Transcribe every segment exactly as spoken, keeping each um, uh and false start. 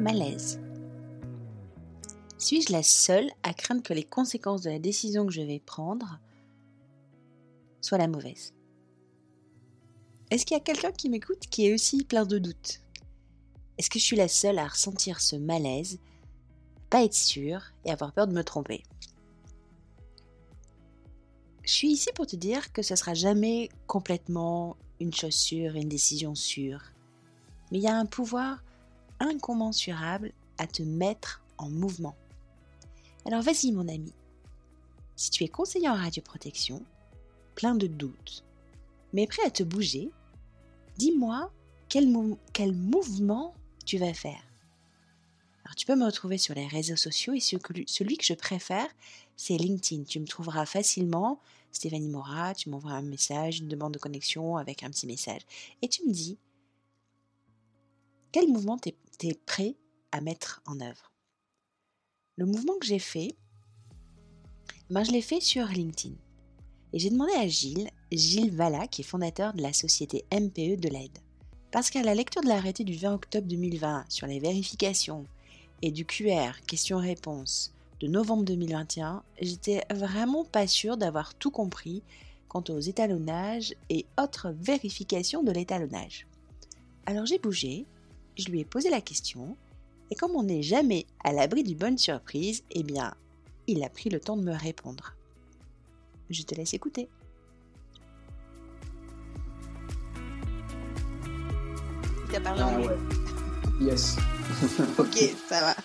malaise. Suis-je la seule à craindre que les conséquences de la décision que je vais prendre soient la mauvaise? Est-ce qu'il y a quelqu'un qui m'écoute qui est aussi plein de doutes? Est-ce que je suis la seule à ressentir ce malaise, pas être sûre et avoir peur de me tromper? Je suis ici pour te dire que ce ne sera jamais complètement une chose sûre et une décision sûre. Mais il y a un pouvoir incommensurable à te mettre en mouvement. Alors vas-y mon ami, si tu es conseiller en radioprotection, plein de doutes, mais prêt à te bouger, dis-moi quel, mou- quel mouvement tu vas faire. Alors tu peux me retrouver sur les réseaux sociaux et celui que je préfère, c'est LinkedIn. Tu me trouveras facilement, Stéphanie Mora, tu m'envoies un message, une demande de connexion avec un petit message. Et tu me dis, quel mouvement tu es prêt à mettre en œuvre? Le mouvement que j'ai fait, ben je l'ai fait sur LinkedIn. Et j'ai demandé à Gilles, Gilles Valla, qui est fondateur de la société M P E de l'aide. Parce qu'à la lecture de l'arrêté du vingt octobre deux mille vingt sur les vérifications et du Q R, questions-réponses, de novembre deux mille vingt et un, j'étais vraiment pas sûre d'avoir tout compris quant aux étalonnages et autres vérifications de l'étalonnage. Alors j'ai bougé, je lui ai posé la question, et comme on n'est jamais à l'abri d'une bonne surprise, eh bien, il a pris le temps de me répondre. Je te laisse écouter. Il t'a parlé Ah anglais. ouais. Yes. Ok, ça va.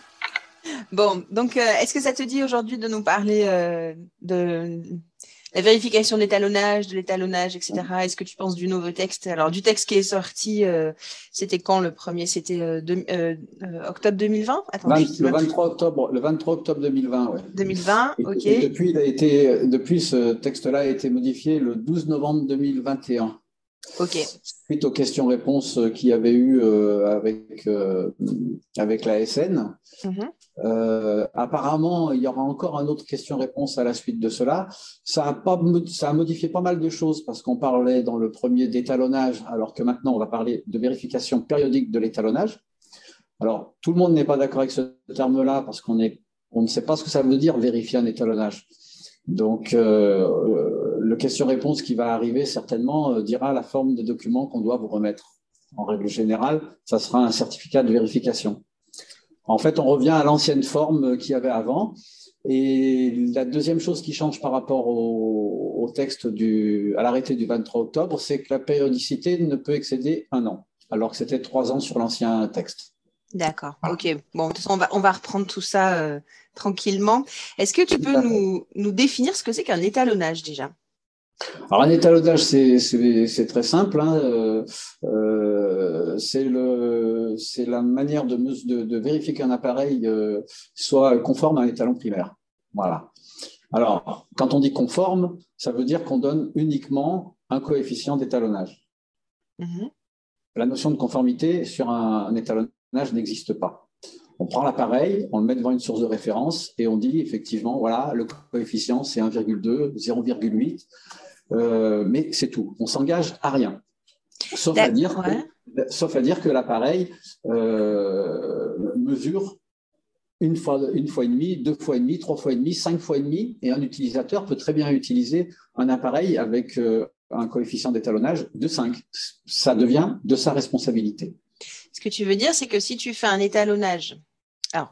Bon, donc euh, est-ce que ça te dit aujourd'hui de nous parler euh, de la vérification de l'étalonnage, de l'étalonnage, et cetera. Est-ce que tu penses du nouveau texte? Alors, du texte qui est sorti, euh, c'était quand le premier? C'était euh, de, euh, euh, octobre deux mille vingt? Attends, vingt, je le vingt-trois octobre, le vingt-trois octobre deux mille vingt, ouais. deux mille vingt, Et, ok. et depuis, il a été, depuis, ce texte-là a été modifié le douze novembre deux mille vingt et un. Ok. Suite aux questions-réponses qu'il y avait eu euh, avec, euh, avec la S N. Mm-hmm. Euh, apparemment, il y aura encore un autre question-réponse à la suite de cela. Ça a, pas, ça a modifié pas mal de choses parce qu'on parlait dans le premier d'étalonnage, alors que maintenant, on va parler de vérification périodique de l'étalonnage. Alors, tout le monde n'est pas d'accord avec ce terme-là parce qu'on est, on ne sait pas ce que ça veut dire vérifier un étalonnage. Donc, euh, le question-réponse qui va arriver certainement euh, dira la forme de document qu'on doit vous remettre. En règle générale, ça sera un certificat de vérification. En fait, on revient à l'ancienne forme qu'il y avait avant. Et la deuxième chose qui change par rapport au, au texte du, à l'arrêté du vingt-trois octobre, c'est que la périodicité ne peut excéder un an, alors que c'était trois ans sur l'ancien texte. D'accord, ok. Bon, de toute façon, on va, on va reprendre tout ça euh, tranquillement. Est-ce que tu peux nous, nous définir ce que c'est qu'un étalonnage déjà? Alors, un étalonnage, c'est, c'est, c'est très simple. Hein. Euh, euh, c'est, le, c'est la manière de, de, de vérifier qu'un appareil euh, soit conforme à un étalon primaire. Voilà. Alors, quand on dit conforme, ça veut dire qu'on donne uniquement un coefficient d'étalonnage. Mm-hmm. La notion de conformité sur un, un étalonnage n'existe pas. On prend l'appareil, on le met devant une source de référence et on dit effectivement, voilà, le coefficient c'est un virgule deux, zéro virgule huit, euh, mais c'est tout. On s'engage à rien, sauf à dire, ouais. que, sauf à dire que l'appareil euh, mesure une fois, une fois et demi, deux fois et demi, trois fois et demi, cinq fois et demi, et un utilisateur peut très bien utiliser un appareil avec euh, un coefficient d'étalonnage de cinq. Ça devient de sa responsabilité. Ce que tu veux dire, c'est que si tu fais un étalonnage, alors,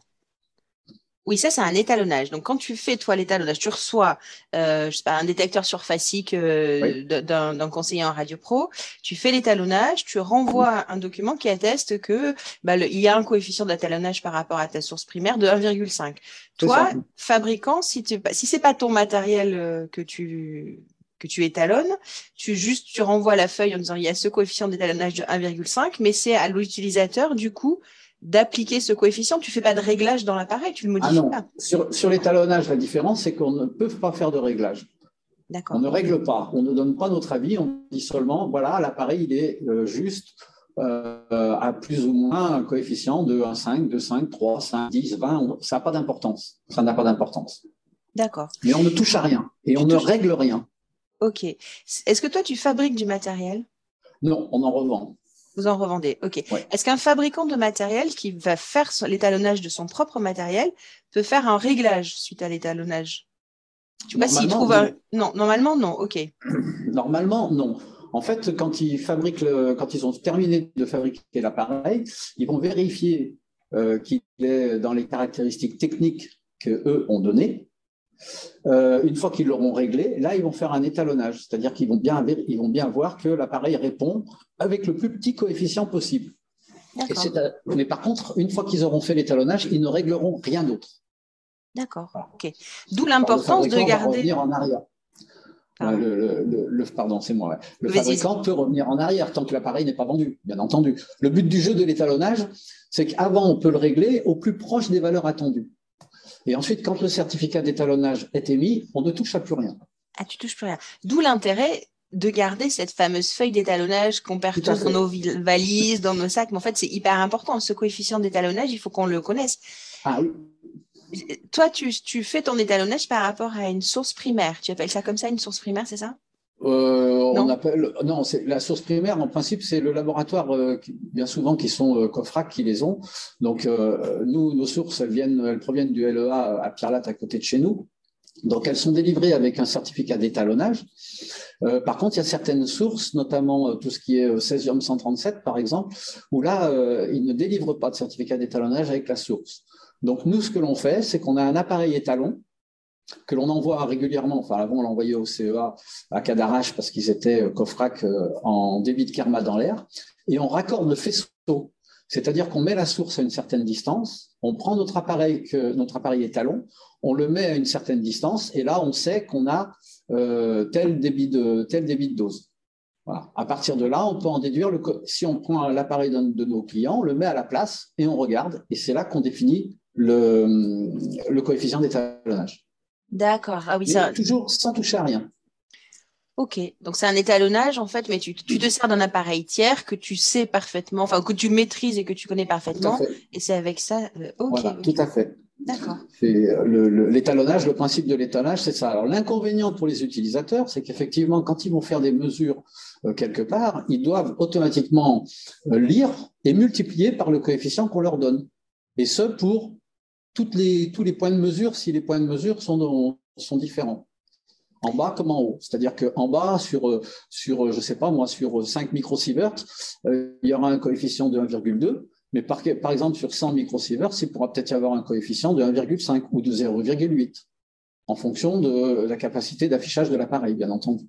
oui, ça, c'est un étalonnage. Donc, quand tu fais, toi, l'étalonnage, tu reçois euh, je sais pas, un détecteur surfacique euh, Oui. d'un, d'un conseiller en radio pro, tu fais l'étalonnage, tu renvoies un document qui atteste que bah, le, il y a un coefficient d'étalonnage par rapport à ta source primaire de un virgule cinq. Toi, ça. fabricant, si, tu, si ce n'est pas ton matériel euh, que tu que tu étalonnes, tu juste tu renvoies la feuille en disant il y a ce coefficient d'étalonnage de un virgule cinq, mais c'est à l'utilisateur, du coup, d'appliquer ce coefficient. Tu ne fais pas de réglage dans l'appareil, tu ne le modifies Ah non, pas. sur, sur l'étalonnage, la différence, c'est qu'on ne peut pas faire de réglage. D'accord. On ne règle pas, on ne donne pas notre avis, on dit seulement, voilà, l'appareil, il est euh, juste euh, à plus ou moins un coefficient de un virgule cinq, deux virgule cinq, trois, cinq, dix, vingt, ça n'a pas d'importance. Ça n'a pas d'importance. D'accord. Mais on ne touche à rien et tu on touches... ne règle rien. Ok. Est-ce que toi, tu fabriques du matériel? Non, on en revend. Vous en revendez, ok. Ouais. Est-ce qu'un fabricant de matériel qui va faire l'étalonnage de son propre matériel peut faire un réglage suite à l'étalonnage? Je ne sais pas s'il Normalement, trouve un... non. Non, normalement, non, ok. Normalement, non. En fait, quand ils fabriquent le, quand ils ont terminé de fabriquer l'appareil, ils vont vérifier euh, qu'il est dans les caractéristiques techniques qu'eux ont données. Euh, une fois qu'ils l'auront réglé, là, ils vont faire un étalonnage, c'est-à-dire qu'ils vont bien, ils vont bien voir que l'appareil répond avec le plus petit coefficient possible. Et c'est à... Mais par contre, une fois qu'ils auront fait l'étalonnage, ils ne régleront rien d'autre. D'accord, voilà. Ok. D'où l'importance de garder. Va revenir en arrière. Pardon. Le, le, le, le, pardon, c'est moi. Ouais. Le fabricant peut revenir en arrière tant que l'appareil n'est pas vendu, bien entendu. Le but du jeu de l'étalonnage, c'est qu'avant, on peut le régler au plus proche des valeurs attendues. Et ensuite, quand le certificat d'étalonnage est émis, on ne touche à plus rien. Ah, tu touches plus rien. D'où l'intérêt de garder cette fameuse feuille d'étalonnage qu'on perd tous dans nos valises, dans nos sacs. Mais en fait, c'est hyper important. Ce coefficient d'étalonnage, il faut qu'on le connaisse. Ah oui. Toi, tu, tu fais ton étalonnage par rapport à une source primaire. Tu appelles ça comme ça, une source primaire, c'est ça? Euh, on appelle, non, c'est la source primaire. En principe, c'est le laboratoire, euh, qui, bien souvent, qui sont euh, Cofrac, qui les ont. Donc, euh, nous, nos sources, elles viennent, elles proviennent du L E A à Pierrelatte, à côté de chez nous. Donc, elles sont délivrées avec un certificat d'étalonnage. Euh, par contre, il y a certaines sources, notamment euh, tout ce qui est césium cent trente-sept, par exemple, où là, euh, ils ne délivrent pas de certificat d'étalonnage avec la source. Donc, nous, ce que l'on fait, c'est qu'on a un appareil étalon que l'on envoie régulièrement. Enfin, avant, on l'envoyait au C E A à Cadarache parce qu'ils étaient Cofrac en débit de Kerma dans l'air. Et on raccorde le faisceau. C'est-à-dire qu'on met la source à une certaine distance, on prend notre appareil, que, notre appareil étalon, on le met à une certaine distance, et là, on sait qu'on a euh, tel, débit de, tel débit de dose. Voilà. À partir de là, on peut en déduire, le, si on prend l'appareil d'un de nos clients, on le met à la place et on regarde, et c'est là qu'on définit le, le coefficient d'étalonnage. D'accord. Ah oui, mais ça. Toujours sans toucher à rien. Ok, donc c'est un étalonnage en fait, mais tu, tu te sers d'un appareil tiers que tu sais parfaitement, enfin que tu maîtrises et que tu connais parfaitement, et c'est avec ça. Euh, ok, voilà, okay. Tout à fait. D'accord. Le, le, l'étalonnage, le principe de l'étalonnage, c'est ça. Alors l'inconvénient pour les utilisateurs, c'est qu'effectivement, quand ils vont faire des mesures euh, quelque part, ils doivent automatiquement euh, lire et multiplier par le coefficient qu'on leur donne. Et ce pour toutes les, tous les points de mesure, si les points de mesure sont, dans, sont différents. En bas comme en haut. C'est-à-dire qu'en bas, sur, sur, je sais pas moi, sur cinq microsieverts, euh, il y aura un coefficient de un virgule deux, mais par, par exemple, sur cent microsieverts, il pourra peut-être y avoir un coefficient de un virgule cinq ou de zéro virgule huit, en fonction de la capacité d'affichage de l'appareil, bien entendu.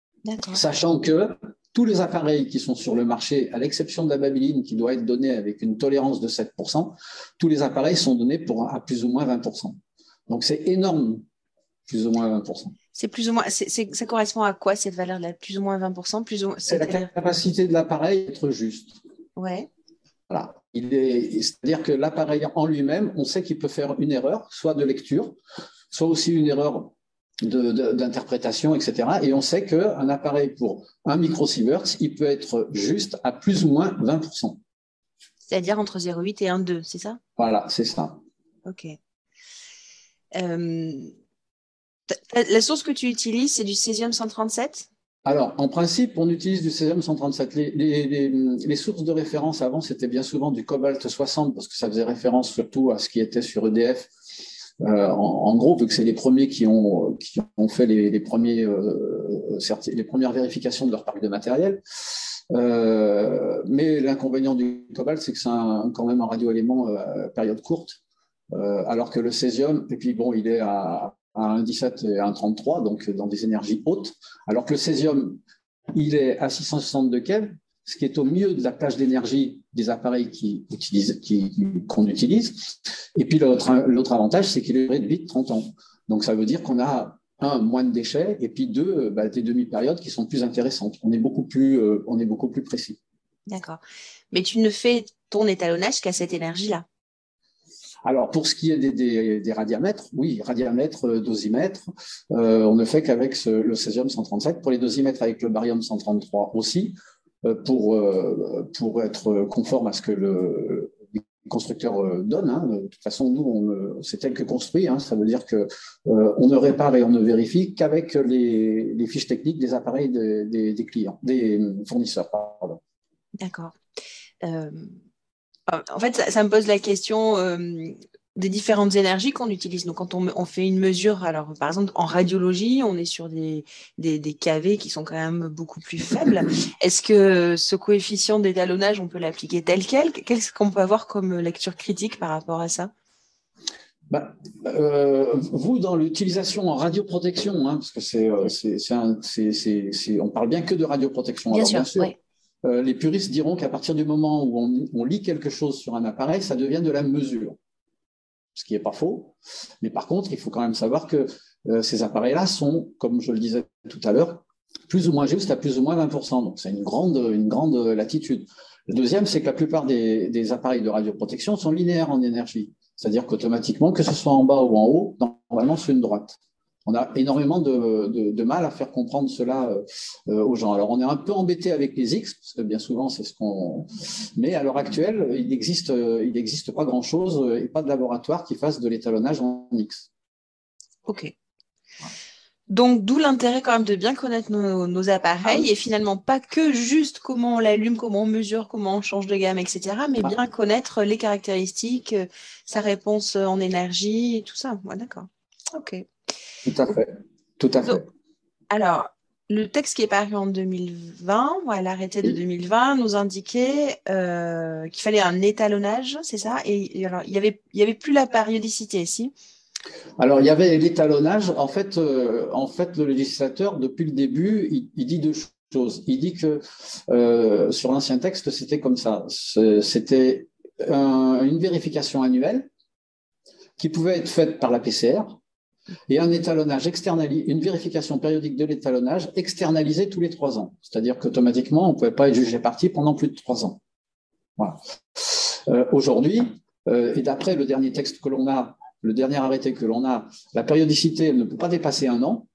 Sachant que tous les appareils qui sont sur le marché, à l'exception de la Babyline, qui doit être donnée avec une tolérance de sept pour cent, tous les appareils sont donnés pour, à plus ou moins vingt pour cent. Donc, c'est énorme, plus ou moins vingt pour cent. C'est plus ou moins, c'est, c'est, ça correspond à quoi cette valeur-là? Plus ou moins vingt pour cent, plus ou, c'est, c'est la capacité de l'appareil d'être juste. Ouais. Voilà. Il est, c'est-à-dire que l'appareil en lui-même, on sait qu'il peut faire une erreur, soit de lecture, soit aussi une erreur de, de, d'interprétation, et cetera. Et on sait qu'un appareil pour un microsievert, il peut être juste à plus ou moins vingt pour cent. C'est-à-dire entre zéro virgule huit et un virgule deux, c'est ça? Voilà, c'est ça. Ok. Euh... La source que tu utilises, c'est du césium cent trente-sept? Alors, en principe, on utilise du césium cent trente-sept. Les, les, les, les sources de référence avant, c'était bien souvent du cobalt soixante, parce que ça faisait référence surtout à ce qui était sur E D F. Euh, en, en gros, vu que c'est les premiers qui ont, qui ont fait les, les, premiers, euh, les premières vérifications de leur parc de matériel. Euh, mais l'inconvénient du cobalt, c'est que c'est un, quand même un radioélément à période courte, euh, alors que le césium, et puis bon, il est à à un virgule dix-sept et un virgule trente-trois, donc dans des énergies hautes, alors que le césium, il est à six cent soixante-deux keV, ce qui est au mieux de la plage d'énergie des appareils qui utilisent, qui, qu'on utilise. Et puis l'autre, l'autre avantage, c'est qu'il est de vie de trente ans. Donc ça veut dire qu'on a, un, moins de déchets, et puis deux, bah, des demi-périodes qui sont plus intéressantes. On est beaucoup plus, euh, on est beaucoup plus précis. D'accord. Mais tu ne fais ton étalonnage qu'à cette énergie-là? Alors, pour ce qui est des, des, des radiamètres, oui, radiamètre, dosimètre, euh, on ne fait qu'avec ce, le césium cent trente-sept. Pour les dosimètres avec le barium cent trente-trois aussi, euh, pour, euh, pour être conforme à ce que le, le constructeur donne. Hein. De toute façon, nous, on, c'est tel que construit. Hein. Ça veut dire que euh, on ne répare et on ne vérifie qu'avec les, les fiches techniques des appareils des, des, des clients, des fournisseurs, pardon. D'accord. Euh, en fait, ça, ça me pose la question euh, des différentes énergies qu'on utilise. Donc, quand on, on fait une mesure, alors par exemple en radiologie, on est sur des, des, des K V qui sont quand même beaucoup plus faibles. Est-ce que ce coefficient d'étalonnage, on peut l'appliquer tel quel? Qu'est-ce qu'on peut avoir comme lecture critique par rapport à ça? Bah, euh, vous, dans l'utilisation en radioprotection, hein, parce que c'est, euh, c'est, c'est un- c'est- c'est- c'est- on parle bien que de radioprotection. Bien Alors, bien sûr, sûr, oui. euh, les puristes diront qu'à partir du moment où on, on lit quelque chose sur un appareil, ça devient de la mesure, ce qui n'est pas faux. Mais par contre, il faut quand même savoir que euh, ces appareils-là sont, comme je le disais tout à l'heure, plus ou moins justes à plus ou moins vingt pour cent. Donc, c'est une grande, une grande latitude. Le deuxième, c'est que la plupart des, des appareils de radioprotection sont linéaires en énergie. C'est-à-dire qu'automatiquement, que ce soit en bas ou en haut, normalement, c'est une droite. On a énormément de, de, de mal à faire comprendre cela euh, aux gens. Alors, on est un peu embêté avec les X, parce que bien souvent, c'est ce qu'on... Mais à l'heure actuelle, il n'existe il n'existe pas grand-chose et pas de laboratoire qui fasse de l'étalonnage en X. OK. Donc, d'où l'intérêt quand même de bien connaître nos, nos appareils Ah oui. et finalement pas que juste comment on l'allume, comment on mesure, comment on change de gamme, et cetera, mais Ah, bien connaître les caractéristiques, euh, sa réponse en énergie et tout ça. Ouais, d'accord. OK. tout à fait. Tout à Donc, fait. alors, le texte qui est paru en deux mille vingt, ouais, l'arrêté de Oui. deux mille vingt, nous indiquait euh, qu'il fallait un étalonnage, c'est ça? Et, et alors, il y avait, il y avait plus la périodicité, si? Alors, il y avait l'étalonnage. En fait, euh, en fait, le législateur, depuis le début, il, il dit deux choses. Il dit que euh, sur l'ancien texte, c'était comme ça. C'était un, une vérification annuelle qui pouvait être faite par la P C R et un étalonnage externalisé, une vérification périodique de l'étalonnage externalisée tous les trois ans. C'est-à-dire qu'automatiquement, on ne pouvait pas être jugé parti pendant plus de trois ans. Voilà. Euh, Aujourd'hui, euh, et d'après le dernier texte que l'on a, le dernier arrêté que l'on a, la périodicité ne peut pas dépasser un an.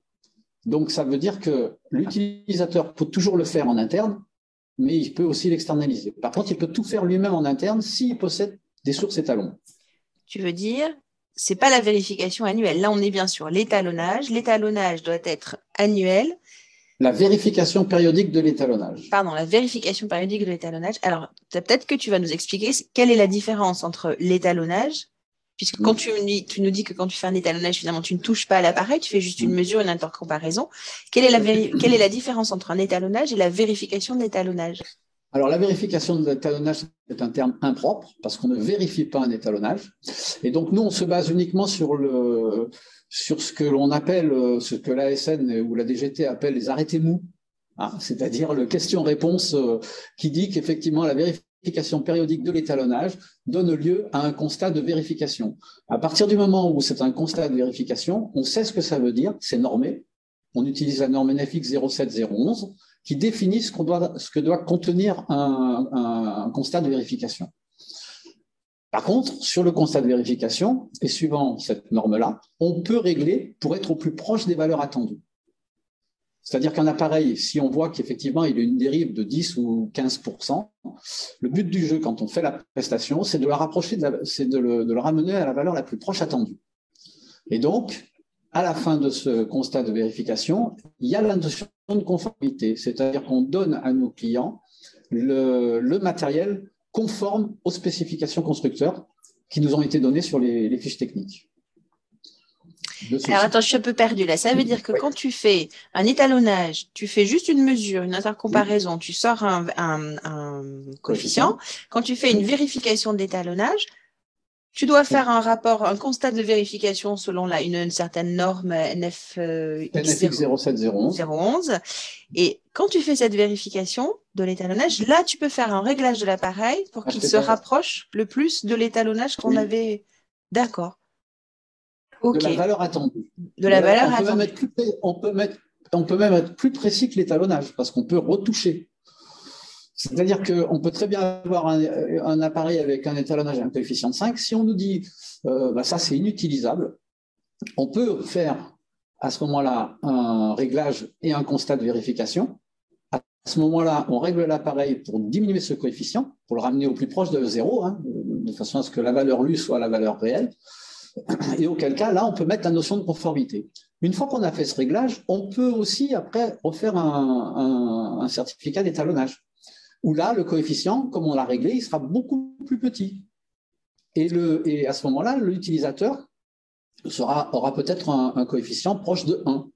Donc, ça veut dire que l'utilisateur peut toujours le faire en interne, mais il peut aussi l'externaliser. Par contre, il peut tout faire lui-même en interne s'il possède des sources étalons. Tu veux dire, c'est pas la vérification annuelle. Là, on est bien sur l'étalonnage. L'étalonnage doit être annuel. La vérification périodique de l'étalonnage. Pardon, la vérification périodique de l'étalonnage. Alors, peut-être que tu vas nous expliquer quelle est la différence entre l'étalonnage, puisque quand tu, tu nous dis que quand tu fais un étalonnage, finalement, tu ne touches pas à l'appareil, tu fais juste une mesure, une intercomparaison. Quelle est la, quelle est la différence entre un étalonnage et la vérification de l'étalonnage? Alors, la vérification de l'étalonnage est un terme impropre parce qu'on ne vérifie pas un étalonnage. Et donc, nous, on se base uniquement sur, le, sur ce que l'on appelle, ce que l'A S N ou la D G T appelle les arrêtés mous, hein, c'est-à-dire le question-réponse qui dit qu'effectivement, la vérification périodique de l'étalonnage donne lieu à un constat de vérification. À partir du moment où c'est un constat de vérification, on sait ce que ça veut dire, c'est normé. On utilise la norme N F X zéro sept zéro onze qui définit ce, qu'on doit, ce que doit contenir un, un, un constat de vérification. Par contre, sur le constat de vérification, et suivant cette norme-là, on peut régler pour être au plus proche des valeurs attendues. C'est-à-dire qu'un appareil, si on voit qu'effectivement il a une dérive de dix ou quinze pour cent, le but du jeu, quand on fait la prestation, c'est de la rapprocher, c'est de le, de le ramener à la valeur la plus proche attendue. Et donc, à la fin de ce constat de vérification, il y a la notion de conformité, c'est-à-dire qu'on donne à nos clients le, le matériel conforme aux spécifications constructeurs qui nous ont été données sur les, les fiches techniques. Alors attends, je suis un peu perdue là. Ça veut dire que oui. Quand tu fais un étalonnage, tu fais juste une mesure, une intercomparaison, oui. Tu sors un, un, un coefficient. Quand tu fais une vérification d'étalonnage, tu dois faire un rapport, un constat de vérification selon la, une, une certaine norme N F X zéro sept zéro onze. Et quand tu fais cette vérification de l'étalonnage, là, tu peux faire un réglage de l'appareil pour qu'il se rapproche le plus de l'étalonnage qu'on oui. avait. D'accord. Okay. De la valeur attendue. De la valeur on peut attendue. Même être plus, on, peut mettre, on peut même être plus précis que l'étalonnage parce qu'on peut retoucher. C'est-à-dire qu'on peut très bien avoir un, un appareil avec un étalonnage et un coefficient de cinq. Si on nous dit euh, bah ça, c'est inutilisable, on peut faire à ce moment-là un réglage et un constat de vérification. À ce moment-là, on règle l'appareil pour diminuer ce coefficient, pour le ramener au plus proche de zéro, hein, de façon à ce que la valeur lue soit la valeur réelle. Et auquel cas, là, on peut mettre la notion de conformité. Une fois qu'on a fait ce réglage, on peut aussi, après, refaire un, un, un certificat d'étalonnage. où là, le coefficient, comme on l'a réglé, il sera beaucoup plus petit. Et, le, et à ce moment-là, l'utilisateur sera, aura peut-être un, un coefficient proche de un.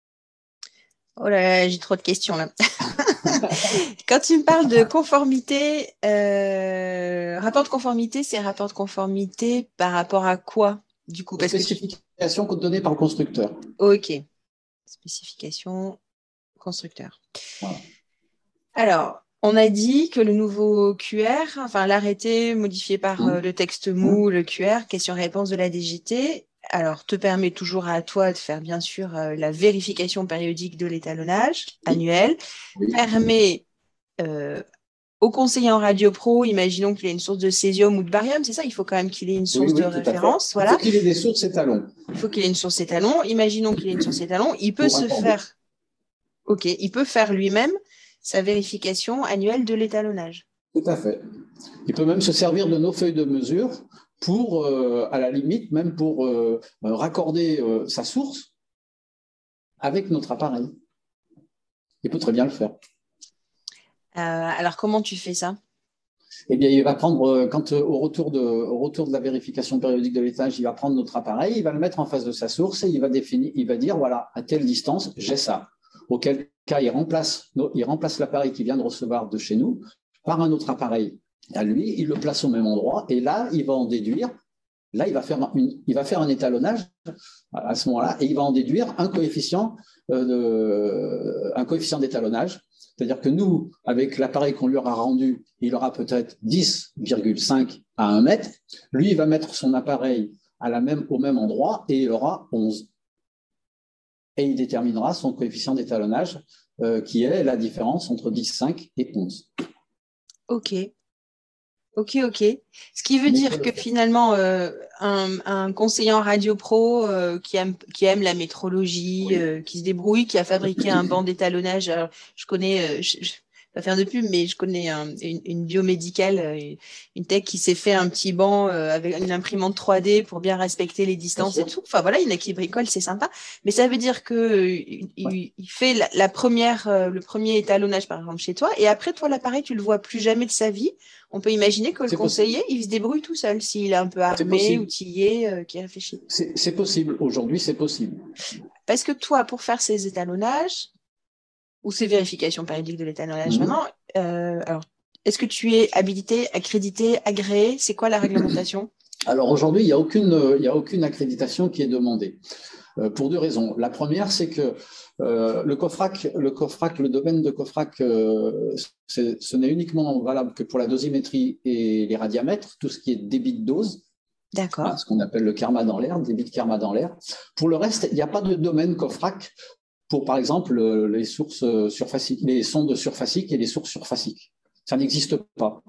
Oh là là, j'ai trop de questions là. Quand tu me parles de conformité, euh, rapport de conformité, c'est rapport de conformité par rapport à quoi, du coup? Parce que tu... Spécification donnée par le constructeur. Ok. Spécification constructeur. Voilà. Alors, on a dit que le nouveau Q R, enfin l'arrêté modifié par euh, le texte mou, le Q R, question-réponse de la D G T, alors te permet toujours à toi de faire bien sûr euh, la vérification périodique de l'étalonnage annuel, Oui. permet euh, au conseiller en radio pro, imaginons qu'il ait une source de césium ou de barium, c'est ça, il faut quand même qu'il ait une source oui, oui, de référence. Voilà. Il faut qu'il ait des sources étalons. Il faut qu'il ait une source étalon. Imaginons qu'il ait une source étalon, il peut se faire, ok, il peut faire lui-même sa vérification annuelle de l'étalonnage. Tout à fait. Il peut même se servir de nos feuilles de mesure pour, euh, à la limite, même pour euh, raccorder euh, sa source avec notre appareil. Il peut très bien le faire. Euh, alors, comment tu fais ça? Eh bien, il va prendre, quand au retour de, au retour de la vérification périodique de l'étage, il va prendre notre appareil, il va le mettre en face de sa source et il va définir, il va dire, voilà, à telle distance, j'ai ça. Auquel cas, il remplace, il remplace l'appareil qui vient de recevoir de chez nous par un autre appareil à lui, il le place au même endroit et là, il va en déduire, là, il va faire, une, il va faire un étalonnage à ce moment-là et il va en déduire un coefficient, euh, de, un coefficient d'étalonnage. C'est-à-dire que nous, avec l'appareil qu'on lui aura rendu, il aura peut-être dix virgule cinq à un mètre. Lui, il va mettre son appareil à la même, au même endroit et il aura onze. Et il déterminera son coefficient d'étalonnage, euh, qui est la différence entre dix virgule cinq et onze. Ok. Ok, ok. Ce qui veut dire que finalement, euh, un, un conseiller en radio pro euh, qui, aime, qui aime la métrologie, oui. euh, qui se débrouille, qui a fabriqué un banc d'étalonnage. Alors, je connais, euh, je, je vais pas faire de pub, mais je connais un, une, une biomédicale, une, une tech qui s'est fait un petit banc euh, avec une imprimante trois D pour bien respecter les distances et tout. Enfin voilà, il y en a qui bricolent, c'est sympa. Mais ça veut dire que euh, il, ouais. il fait la, la première, euh, le premier étalonnage par exemple chez toi, et après toi l'appareil tu le vois plus jamais de sa vie. On peut imaginer que le conseiller, possible. il se débrouille tout seul, s'il est un peu armé, outillé, euh, qui réfléchit. C'est possible. Aujourd'hui, c'est possible. Parce que toi, pour faire ces étalonnages, ou ces vérifications périodiques de l'étalonnage mmh. maintenant, euh, alors, est-ce que tu es habilité, accrédité, agréé? C'est quoi la réglementation? Alors aujourd'hui, il n'y a aucune, il n'y a aucune accréditation qui est demandée. Euh, pour deux raisons. La première, c'est que euh, le COFRAC, le COFRAC, le domaine de COFRAC, euh, ce n'est uniquement valable que pour la dosimétrie et les radiamètres, tout ce qui est débit de dose. D'accord. Hein, ce qu'on appelle le karma dans l'air, débit de karma dans l'air. Pour le reste, il n'y a pas de domaine COFRAC pour, par exemple, les sources surfaciques, les sondes surfaciques et les sources surfaciques. Ça n'existe pas.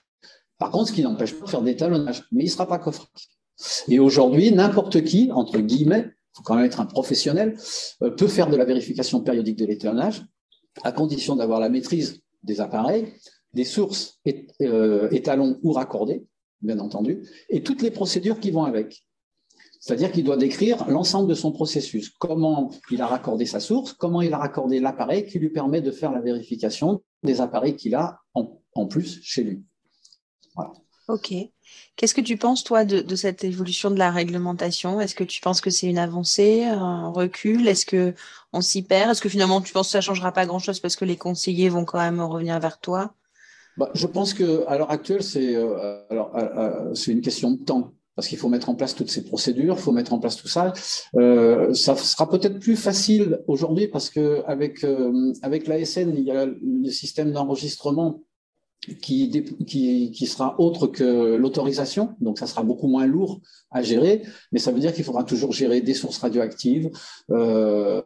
Par contre, ce qui n'empêche pas de faire d'étalonnage, mais il ne sera pas COFRAC. Et aujourd'hui, n'importe qui, entre guillemets, il faut quand même être un professionnel, euh, peut faire de la vérification périodique de l'étalonnage à condition d'avoir la maîtrise des appareils, des sources et, euh, étalons ou raccordés, bien entendu, et toutes les procédures qui vont avec. C'est-à-dire qu'il doit décrire l'ensemble de son processus, comment il a raccordé sa source, comment il a raccordé l'appareil qui lui permet de faire la vérification des appareils qu'il a en, en plus chez lui. Voilà. Ok. Qu'est-ce que tu penses, toi, de, de cette évolution de la réglementation? Est-ce que tu penses que c'est une avancée, un recul? Est-ce qu'on s'y perd? Est-ce que finalement, tu penses que ça ne changera pas grand-chose parce que les conseillers vont quand même revenir vers toi? Bah, je pense qu'à l'heure actuelle, c'est euh, euh, une question de temps. Parce qu'il faut mettre en place toutes ces procédures, il faut mettre en place tout ça. Euh, ça sera peut-être plus facile aujourd'hui parce qu'avec euh, avec l'A S N, il y a le système d'enregistrement Qui, qui, qui sera autre que l'autorisation, donc ça sera beaucoup moins lourd à gérer, mais ça veut dire qu'il faudra toujours gérer des sources radioactives, euh,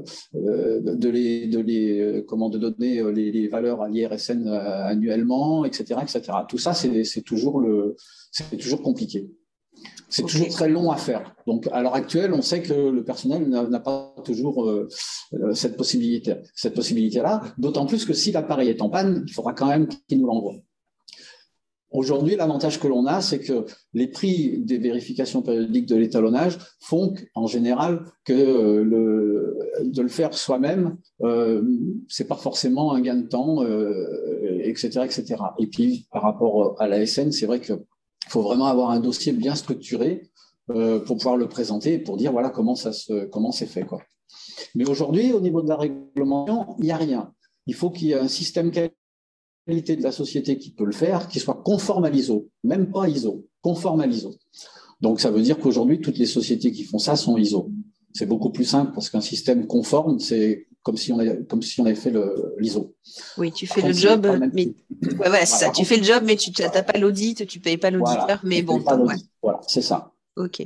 euh, de les, de les, comment de donner les, les valeurs à l'I R S N annuellement, et cetera, et cetera. Tout ça, c'est toujours le, c'est toujours compliqué. C'est okay. toujours très long à faire. Donc, à l'heure actuelle, on sait que le personnel n'a pas toujours euh, cette possibilité, cette possibilité-là. D'autant plus que si l'appareil est en panne, il faudra quand même qu'il nous l'envoie. Aujourd'hui, l'avantage que l'on a, c'est que les prix des vérifications périodiques de l'étalonnage font en général que euh, le, de le faire soi-même, euh, c'est pas forcément un gain de temps, euh, et cetera, et cetera. Et puis, par rapport à l'A S N, c'est vrai qu'il faut vraiment avoir un dossier bien structuré euh, pour pouvoir le présenter et pour dire voilà comment ça se, comment c'est fait, quoi. Mais aujourd'hui, au niveau de la réglementation, il n'y a rien. Il faut qu'il y ait un système qualité de la société qui peut le faire, qui soit conforme à l'I S O, même pas I S O, conforme à l'I S O. Donc ça veut dire qu'aujourd'hui, toutes les sociétés qui font ça sont I S O. C'est beaucoup plus simple parce qu'un système conforme, c'est comme si on avait, comme si on avait fait l'I S O. Oui, tu fais le job, mais ouais, ouais, ça. Tu fais le job, mais tu n'as pas l'audit, tu ne payes pas l'auditeur, voilà, mais bon. Pas ouais. Voilà, c'est ça. Ok.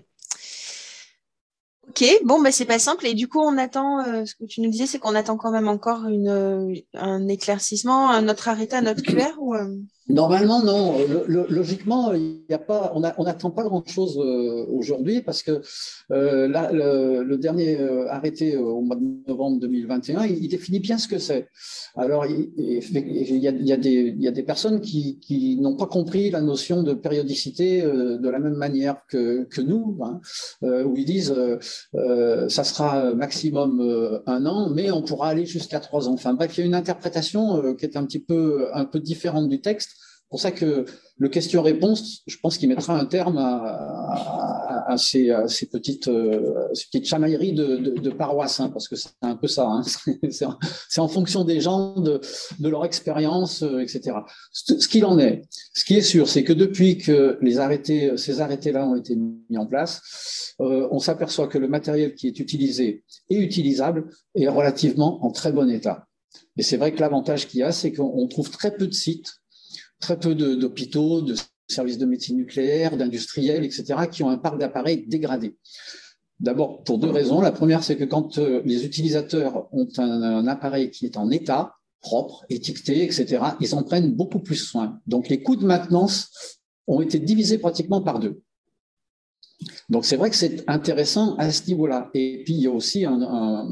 Ok, bon, bah, c'est pas simple. Et du coup, on attend, euh, ce que tu nous disais, c'est qu'on attend quand même encore une, euh, un éclaircissement, un autre arrêté, un autre Q R ou, euh... Normalement, non. Le, le, logiquement, il y a pas, on n'attend pas grand-chose euh, aujourd'hui parce que euh, là, le, le dernier euh, arrêté euh, au mois de novembre deux mille vingt et un, il, il définit bien ce que c'est. Alors, il, il, y a, il, y a des, il y a des personnes qui, qui n'ont pas compris la notion de périodicité euh, de la même manière que, que nous, hein, euh, où ils disent euh, euh, ça sera maximum euh, un an, mais on pourra aller jusqu'à trois ans. Enfin bref, il y a une interprétation euh, qui est un petit peu, un peu différente du texte. C'est pour ça que le question-réponse, je pense qu'il mettra un terme à, à, à, ces, à ces, petites, euh, ces petites chamailleries de, de, de paroisse, hein, parce que c'est un peu ça. Hein. C'est, c'est en fonction des gens, de, de leur expérience, euh, et cetera. Ce, ce qu'il en est, ce qui est sûr, c'est que depuis que les arrêtés, ces arrêtés-là ont été mis en place, euh, on s'aperçoit que le matériel qui est utilisé et utilisable est relativement en très bon état. Et c'est vrai que l'avantage qu'il y a, c'est qu'on trouve très peu de sites, très peu de, d'hôpitaux, de services de médecine nucléaire, d'industriels, et cetera, qui ont un parc d'appareils dégradé. D'abord, pour deux raisons. La première, c'est que quand euh, les utilisateurs ont un, un appareil qui est en état, propre, étiqueté, et cetera, ils en prennent beaucoup plus soin. Donc, les coûts de maintenance ont été divisés pratiquement par deux. Donc, c'est vrai que c'est intéressant à ce niveau-là. Et puis, il y a aussi un, un,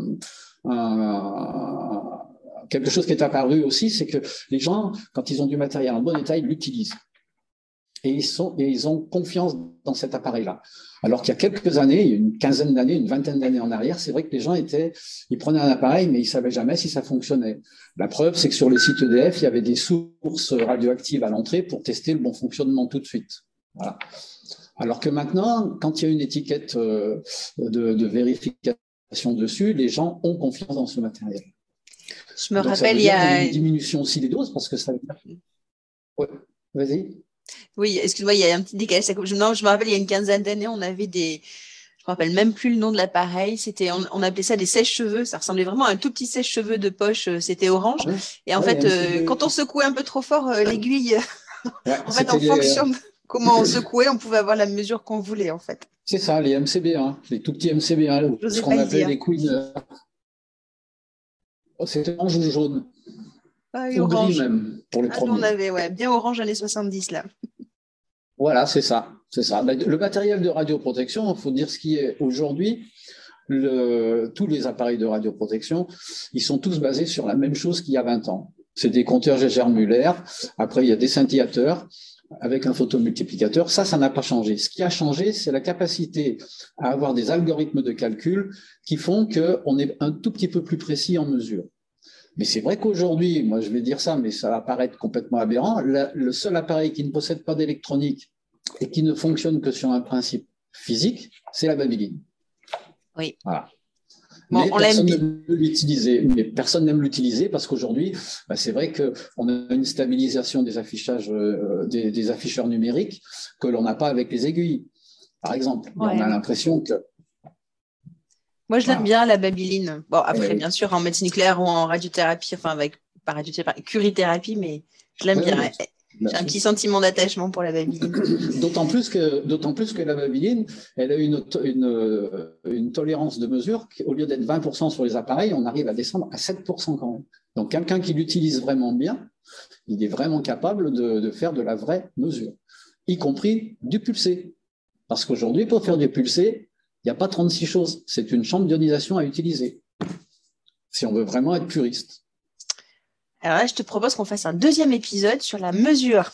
un quelque chose qui est apparu aussi, c'est que les gens, quand ils ont du matériel en bon état, ils l'utilisent. Et ils, sont, et ils ont confiance dans cet appareil-là. Alors qu'il y a quelques années, une quinzaine d'années, une vingtaine d'années en arrière, c'est vrai que les gens étaient, ils prenaient un appareil, mais ils ne savaient jamais si ça fonctionnait. La preuve, c'est que sur les sites E D F, il y avait des sources radioactives à l'entrée pour tester le bon fonctionnement tout de suite. Voilà. Alors que maintenant, quand il y a une étiquette de, de vérification dessus, les gens ont confiance dans ce matériel. Je me Donc, rappelle, il y a une diminution aussi des doses parce que ça. Ouais, vas-y. Oui, excuse-moi, il y a un petit décalage. Non, je me rappelle, il y a une quinzaine d'années, on avait des. Je me rappelle même plus le nom de l'appareil. C'était, on, on appelait ça des sèche-cheveux. Ça ressemblait vraiment à un tout petit sèche-cheveux de poche. C'était orange. Ouais. Et en ouais, fait, euh, quand on secouait un peu trop fort euh, l'aiguille, ouais, en fait, en fonction de comment on secouait, on pouvait avoir la mesure qu'on voulait, en fait. C'est ça, les M C B un, les tout petits M C B un, ce qu'on appelait les Queen. Oh, c'était orange ou jaune. Ah, ou orange. Gris même, pour les ah, premiers. On avait, ouais, bien orange années soixante-dix, là. Voilà, c'est ça, c'est ça. Le matériel de radioprotection, il faut dire ce qui est aujourd'hui. Le, tous les appareils de radioprotection, ils sont tous basés sur la même chose qu'il y a vingt ans. C'est des compteurs Geiger-Müller. Après, il y a des scintillateurs avec un photomultiplicateur. Ça, ça n'a pas changé. Ce qui a changé, c'est la capacité à avoir des algorithmes de calcul qui font qu'on est un tout petit peu plus précis en mesure. Mais c'est vrai qu'aujourd'hui, moi je vais dire ça, mais ça va paraître complètement aberrant, la, le seul appareil qui ne possède pas d'électronique et qui ne fonctionne que sur un principe physique, c'est la babyline. Oui. Voilà. Bon, mais, on personne l'aime l'utiliser, mais personne n'aime l'utiliser parce qu'aujourd'hui, bah, c'est vrai qu'on a une stabilisation des affichages, euh, des, des afficheurs numériques que l'on n'a pas avec les aiguilles, par exemple. Ouais. Et on a l'impression que Moi, je l'aime voilà. bien, la babyline. Bon, après, oui. bien sûr, en médecine nucléaire ou en radiothérapie, enfin, avec, pas radiothérapie, curithérapie, mais je l'aime oui, bien. Oui, J'ai sûr. un petit sentiment d'attachement pour la babyline. D'autant plus que, d'autant plus que la babyline, elle a une, une, une tolérance de mesure qu'au lieu d'être vingt pour cent sur les appareils, on arrive à descendre à sept pour cent quand même. Donc, quelqu'un qui l'utilise vraiment bien, il est vraiment capable de, de faire de la vraie mesure, y compris du pulsé. Parce qu'aujourd'hui, pour faire du pulsé, il n'y a pas trente-six choses. C'est une chambre d'ionisation à utiliser, si on veut vraiment être puriste. Alors là, je te propose qu'on fasse un deuxième épisode sur la mesure.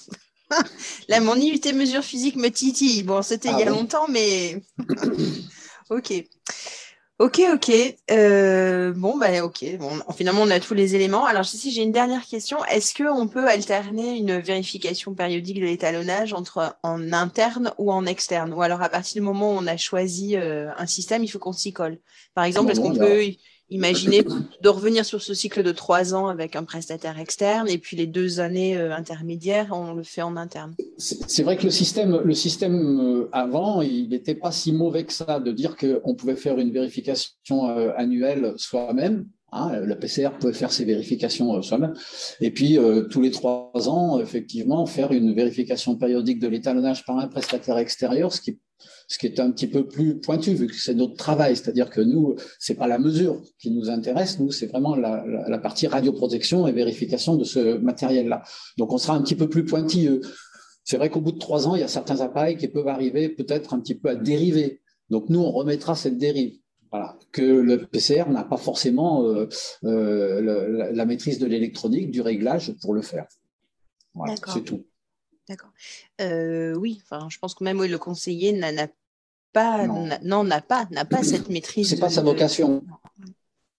Là, mon I U T mesure physique me titille. Bon, c'était ah, il y a bon. longtemps, mais... ok. Ok, ok. Euh, bon, bah, ok. Bon, finalement, on a tous les éléments. Alors, si j'ai une dernière question. Est-ce qu'on peut alterner une vérification périodique de l'étalonnage entre en interne ou en externe? Ou alors, à partir du moment où on a choisi euh, un système, il faut qu'on s'y colle? Par exemple, non, est-ce non, qu'on peut a... imaginer de revenir sur ce cycle de trois ans avec un prestataire externe et puis les deux années euh, intermédiaires, on le fait en interne? C'est vrai que le système, le système avant, il n'était pas si mauvais que ça de dire qu'on pouvait faire une vérification annuelle soi-même. Hein, le P C R pouvait faire ses vérifications soi-même. Et puis, euh, tous les trois ans, effectivement, faire une vérification périodique de l'étalonnage par un prestataire extérieur, ce qui, ce qui est un petit peu plus pointu, vu que c'est notre travail. C'est-à-dire que nous, ce n'est pas la mesure qui nous intéresse. Nous, c'est vraiment la, la, la partie radioprotection et vérification de ce matériel-là. Donc, on sera un petit peu plus pointilleux. C'est vrai qu'au bout de trois ans, il y a certains appareils qui peuvent arriver peut-être un petit peu à dériver. Donc, nous, on remettra cette dérive. Voilà. Que le P C R n'a pas forcément euh, euh, le, la, la maîtrise de l'électronique, du réglage pour le faire. Voilà, c'est tout. D'accord. Euh, oui, enfin, je pense que même oui, le conseiller n'a, n'a pas, non, n'a, non, n'a pas, n'a pas cette maîtrise. C'est de, pas sa vocation. De...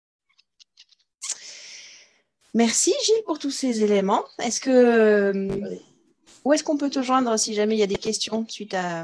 Merci Gilles pour tous ces éléments. Est-ce que oui. Où est-ce qu'on peut te joindre si jamais il y a des questions suite à,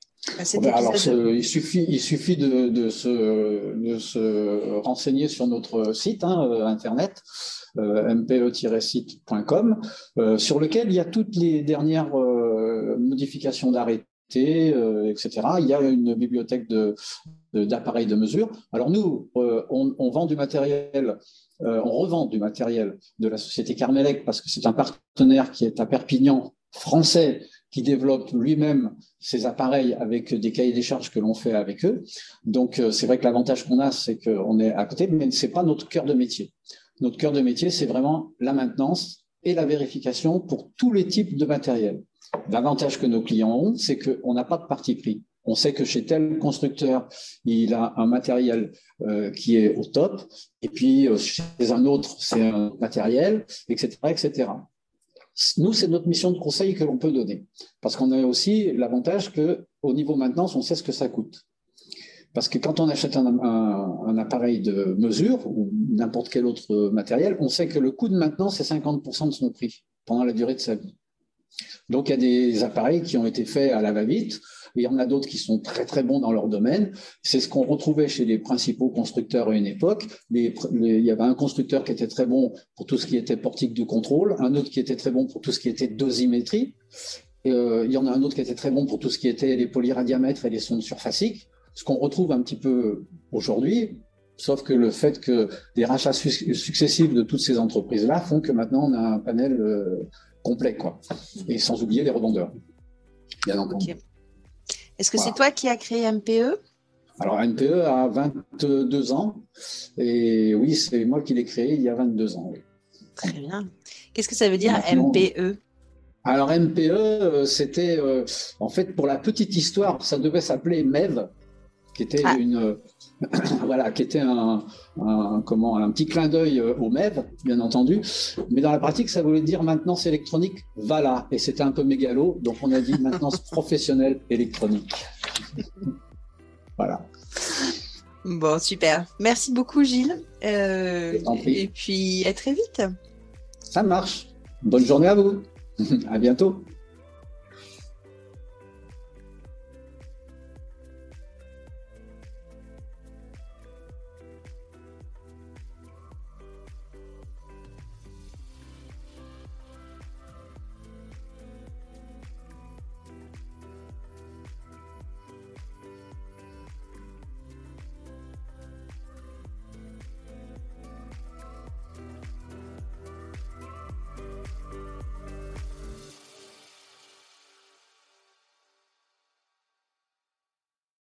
à cet ben épisode? Alors, ce, il suffit, il suffit de, de, se, de se renseigner sur notre site hein, internet, euh, m p e site point com, euh, sur lequel il y a toutes les dernières euh, modifications d'arrêtés, euh, et cetera. Il y a une bibliothèque de, de, d'appareils de mesure. Alors nous, euh, on, on vend du matériel. Euh, on revend du matériel de la société Carmelec parce que c'est un partenaire qui est à Perpignan, français, qui développe lui-même ses appareils avec des cahiers des charges que l'on fait avec eux. Donc, euh, c'est vrai que l'avantage qu'on a, c'est qu'on est à côté, mais ce n'est pas notre cœur de métier. Notre cœur de métier, c'est vraiment la maintenance et la vérification pour tous les types de matériel. L'avantage que nos clients ont, c'est qu'on n'a pas de parti pris. On sait que chez tel constructeur, il a un matériel euh, qui est au top, et puis euh, chez un autre, c'est un matériel, et cetera, et cetera. Nous, c'est notre mission de conseil que l'on peut donner, parce qu'on a aussi l'avantage qu'au niveau maintenance, on sait ce que ça coûte. Parce que quand on achète un, un, un appareil de mesure ou n'importe quel autre matériel, on sait que le coût de maintenance est cinquante pour cent de son prix pendant la durée de sa vie. Donc, il y a des appareils qui ont été faits à la va-vite. Il y en a d'autres qui sont très, très bons dans leur domaine. C'est ce qu'on retrouvait chez les principaux constructeurs à une époque. Les, les, il y avait un constructeur qui était très bon pour tout ce qui était portique de contrôle, un autre qui était très bon pour tout ce qui était dosimétrie. Et, euh, il y en a un autre qui était très bon pour tout ce qui était les polyradiamètres et les sondes surfaciques. Ce qu'on retrouve un petit peu aujourd'hui, sauf que le fait que des rachats su- successifs de toutes ces entreprises-là font que maintenant on a un panel euh, complet, quoi. Et sans oublier les revendeurs, bien entendu. Okay. Est-ce que voilà. C'est toi qui as créé M P E? Alors, M P E a vingt-deux ans. Et oui, c'est moi qui l'ai créé il y a vingt-deux ans. Oui. Très bien. Qu'est-ce que ça veut dire maintenant, M P E? Alors, M P E, c'était, euh, en fait, pour la petite histoire, ça devait s'appeler M E V, qui était ah. une... voilà, qui était un, un, comment, un petit clin d'œil au M E V, bien entendu. Mais dans la pratique, ça voulait dire maintenance électronique V A L A. Et c'était un peu mégalo, donc on a dit maintenance professionnelle électronique. Voilà. Bon, super. Merci beaucoup, Gilles. Euh, et puis, à très vite. Ça marche. Bonne journée à vous. À bientôt.